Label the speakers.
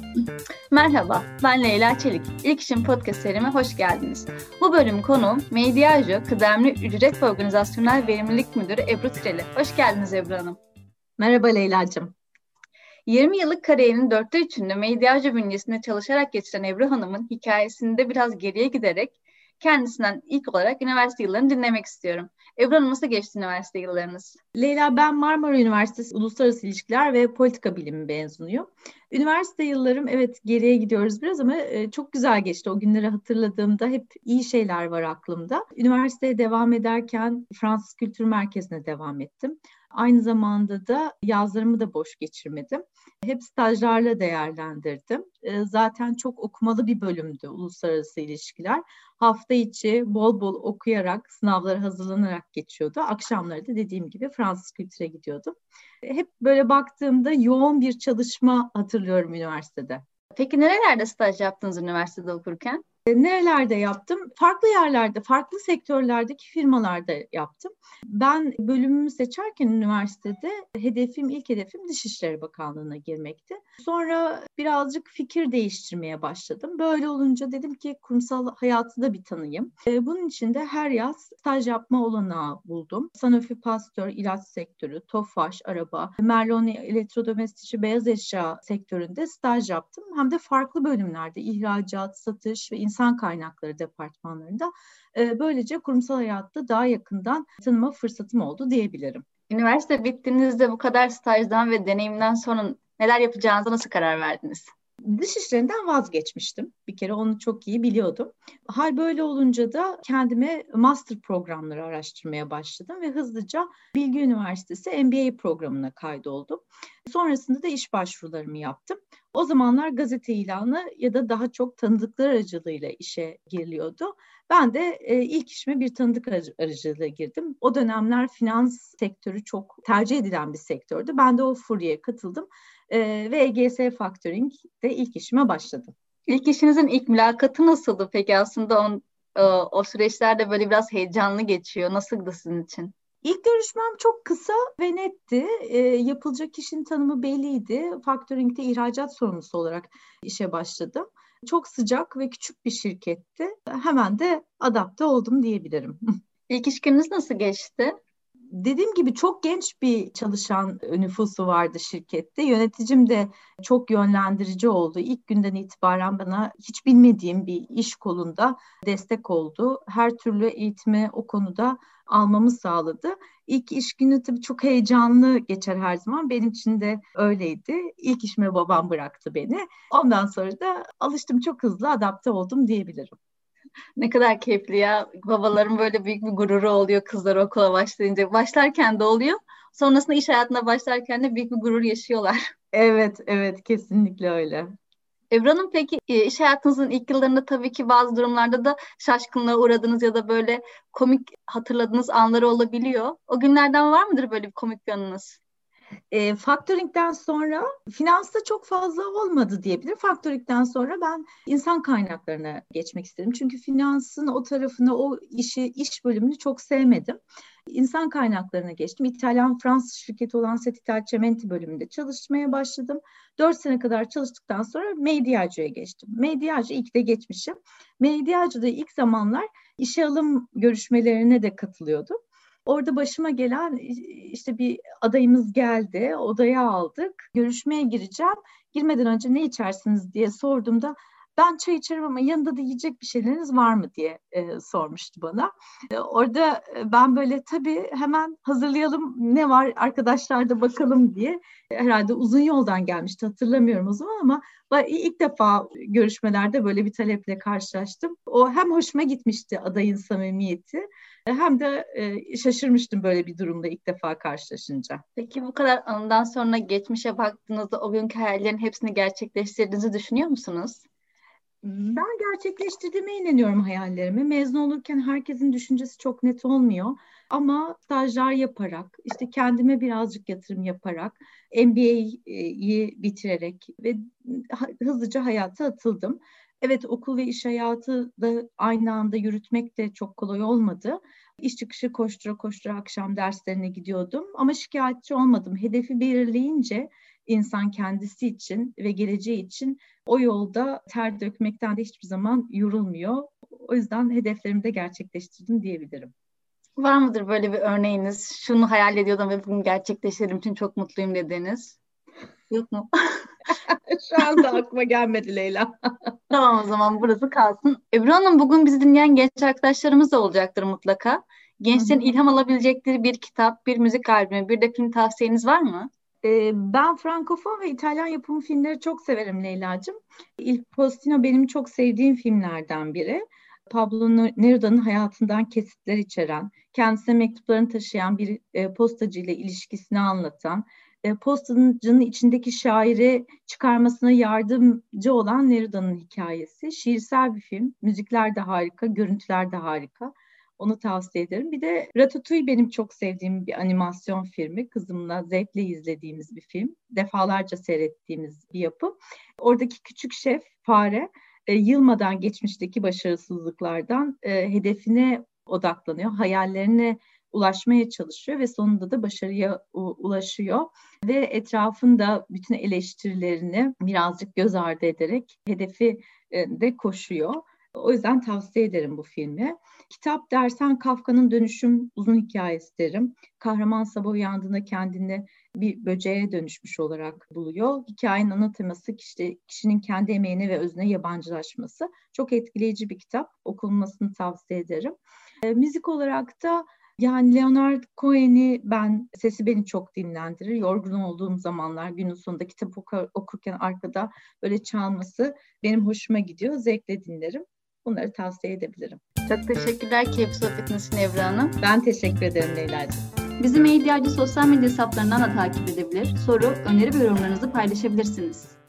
Speaker 1: Merhaba, ben Leyla Çelik. İlk İşim Podcast serime hoş geldiniz. Bu bölüm konuğum Mediajo Kıdemli Ücret ve Organizasyonel Verimlilik Müdürü Ebru Tireli. Hoş geldiniz Ebru Hanım.
Speaker 2: Merhaba Leyla'cığım.
Speaker 1: 20 yıllık kariyerinin 3'ünde Mediajo bünyesinde çalışarak geçiren Ebru Hanım'ın hikayesinde biraz geriye giderek kendisinden ilk olarak üniversite yıllarını dinlemek istiyorum. Ebru Hanım, nasıl geçti üniversite yıllarınız?
Speaker 2: Leyla, ben Marmara Üniversitesi Uluslararası İlişkiler ve Politika Bilimi mezunuyum. Üniversite yıllarım, evet, geriye gidiyoruz biraz ama çok güzel geçti. O günleri hatırladığımda hep iyi şeyler var aklımda. Üniversiteye devam ederken Fransız Kültür Merkezi'ne devam ettim. Aynı zamanda da yazlarımı da boş geçirmedim. Hep stajlarla değerlendirdim. Zaten çok okumalı bir bölümdü uluslararası ilişkiler. Hafta içi bol bol okuyarak, sınavlara hazırlanarak geçiyordu. Akşamları da dediğim gibi Fransız kültüre gidiyordum. Hep böyle baktığımda yoğun bir çalışma hatırlıyorum üniversitede.
Speaker 1: Peki nerelerde staj yaptınız üniversitede okurken?
Speaker 2: Nerelerde yaptım? Farklı yerlerde, farklı sektörlerdeki firmalarda yaptım. Ben bölümümü seçerken üniversitede ilk hedefim Dışişleri Bakanlığı'na girmekti. Sonra birazcık fikir değiştirmeye başladım. Böyle olunca dedim ki kurumsal hayatı da bir tanıyayım. Bunun için de her yaz staj yapma olanağı buldum. Sanofi Pasteur ilaç sektörü, Tofaş araba, Merloni elektrodomestik beyaz eşya sektöründe staj yaptım. Hem de farklı bölümlerde ihracat, satış ve insan kaynakları departmanlarında. Böylece kurumsal hayatta daha yakından tanıma fırsatım oldu diyebilirim.
Speaker 1: Üniversite bittiğinizde bu kadar stajdan ve deneyimden sonra neler yapacağınıza nasıl karar verdiniz?
Speaker 2: Dış işlerinden vazgeçmiştim. Bir kere onu çok iyi biliyordum. Hal böyle olunca da kendime master programları araştırmaya başladım ve hızlıca Bilgi Üniversitesi MBA programına kaydoldum. Sonrasında da iş başvurularımı yaptım. O zamanlar gazete ilanı ya da daha çok tanıdıklar aracılığıyla işe giriliyordu. Ben de ilk işime bir tanıdık aracılığıyla girdim. O dönemler finans sektörü çok tercih edilen bir sektördü. Ben de o furyaya katıldım. Ve EGS Factoring'de ilk işime başladım.
Speaker 1: İlk işinizin ilk mülakatı nasıldı peki? Aslında o süreçlerde böyle biraz heyecanlı geçiyor. Nasıldı sizin için?
Speaker 2: İlk görüşmem çok kısa ve netti. Yapılacak işin tanımı belliydi. Factoring'de ihracat sorumlusu olarak işe başladım. Çok sıcak ve küçük bir şirketti. Hemen de adapte oldum diyebilirim.
Speaker 1: İlk iş gününüz nasıl geçti?
Speaker 2: Dediğim gibi çok genç bir çalışan nüfusu vardı şirkette. Yöneticim de çok yönlendirici oldu. İlk günden itibaren bana hiç bilmediğim bir iş kolunda destek oldu. Her türlü eğitimi o konuda almamı sağladı. İlk iş günü tabii çok heyecanlı geçer her zaman. Benim için de öyleydi. İlk işime babam bıraktı beni. Ondan sonra da alıştım, çok hızlı adapte oldum diyebilirim.
Speaker 1: Ne kadar keyifli ya. Babaların böyle büyük bir gururu oluyor kızları okula başlayınca. Başlarken de oluyor. Sonrasında iş hayatına başlarken de büyük bir gurur yaşıyorlar.
Speaker 2: Evet, evet, kesinlikle öyle.
Speaker 1: Ebru Hanım, peki iş hayatınızın ilk yıllarında tabii ki bazı durumlarda da şaşkınlığa uğradınız ya da böyle komik hatırladığınız anları olabiliyor. O günlerden var mıdır böyle bir komik bir anınız?
Speaker 2: Factoring'den sonra finansta çok fazla olmadı diyebilirim. Factoring'den sonra ben insan kaynaklarına geçmek istedim. Çünkü finansın o tarafını, o iş bölümünü çok sevmedim. İnsan kaynaklarına geçtim. İtalyan-Fransız şirketi olan Setitel Cementi bölümünde çalışmaya başladım. 4 sene kadar çalıştıktan sonra Mediajo'ya geçtim. Mediajo ilk de geçmişim. Mediajo'da ilk zamanlar işe alım görüşmelerine de katılıyordum. Orada başıma gelen işte bir adayımız geldi, odaya aldık, görüşmeye gireceğim. Girmeden önce ne içersiniz diye sorduğumda ben çay içerim ama yanında da yiyecek bir şeyleriniz var mı diye sormuştu bana. Orada ben böyle tabii hemen hazırlayalım ne var arkadaşlar da bakalım diye. Herhalde uzun yoldan gelmişti, hatırlamıyorum o zaman ama ilk defa görüşmelerde böyle bir taleple karşılaştım. O hem hoşuma gitmişti adayın samimiyeti, hem de şaşırmıştım böyle bir durumda ilk defa karşılaşınca.
Speaker 1: Peki bu kadar anından sonra geçmişe baktığınızda o günkü hayallerin hepsini gerçekleştirdiğinizi düşünüyor musunuz?
Speaker 2: Ben gerçekleştirdiğime inanıyorum hayallerimi. Mezun olurken herkesin düşüncesi çok net olmuyor. Ama stajlar yaparak, işte kendime birazcık yatırım yaparak, MBA'yi bitirerek ve hızlıca hayata atıldım. Evet, okul ve iş hayatı da aynı anda yürütmek de çok kolay olmadı. İş çıkışı koştura koştura akşam derslerine gidiyordum ama şikayetçi olmadım. Hedefi belirleyince insan kendisi için ve geleceği için o yolda ter dökmekten de hiçbir zaman yorulmuyor. O yüzden hedeflerimi de gerçekleştirdim diyebilirim.
Speaker 1: Var mıdır böyle bir örneğiniz? Şunu hayal ediyordum ve bugün gerçekleştirdiğim için çok mutluyum dediğiniz? Yok mu?
Speaker 2: Şu anda aklıma gelmedi Leyla.
Speaker 1: Tamam, o zaman burası kalsın. Ebru Hanım, bugün bizi dinleyen genç arkadaşlarımız da olacaktır mutlaka. Gençlerin ilham alabilecekleri bir kitap, bir müzik albümü, bir de film tavsiyeniz var mı?
Speaker 2: Ben Frankofon ve İtalyan yapımı filmleri çok severim Leyla'cığım. Il Postino benim çok sevdiğim filmlerden biri. Pablo Neruda'nın hayatından kesitler içeren, kendisine mektuplarını taşıyan bir postacı ile ilişkisini anlatan, postacının içindeki şairi çıkarmasına yardımcı olan Neruda'nın hikayesi. Şiirsel bir film, müzikler de harika, görüntüler de harika. Onu tavsiye ederim. Bir de Ratatouille benim çok sevdiğim bir animasyon filmi. Kızımla zevkle izlediğimiz bir film. Defalarca seyrettiğimiz bir yapım. Oradaki küçük şef, fare, yılmadan geçmişteki başarısızlıklardan hedefine odaklanıyor. Hayallerine ulaşmaya çalışıyor ve sonunda da başarıya ulaşıyor. Ve etrafında bütün eleştirilerini birazcık göz ardı ederek hedefi de koşuyor. O yüzden tavsiye ederim bu filmi. Kitap dersen Kafka'nın Dönüşüm uzun hikayesi derim. Kahraman sabah uyandığında kendini bir böceğe dönüşmüş olarak buluyor. Hikayenin ana teması kişinin kendi emeğine ve özüne yabancılaşması. Çok etkileyici bir kitap. Okunmasını tavsiye ederim. Müzik olarak da yani Leonard Cohen'i sesi beni çok dinlendirir. Yorgun olduğum zamanlar günün sonunda kitap okurken arkada böyle çalması benim hoşuma gidiyor. Zevkle dinlerim. Bunları tavsiye edebilirim.
Speaker 1: Çok teşekkürler keyifli sohbetiniz için Ebru Hanım.
Speaker 2: Ben teşekkür ederim Leyla'cığım.
Speaker 1: Bizi Medyacı sosyal medya hesaplarından da takip edebilir. Soru, öneri ve yorumlarınızı paylaşabilirsiniz.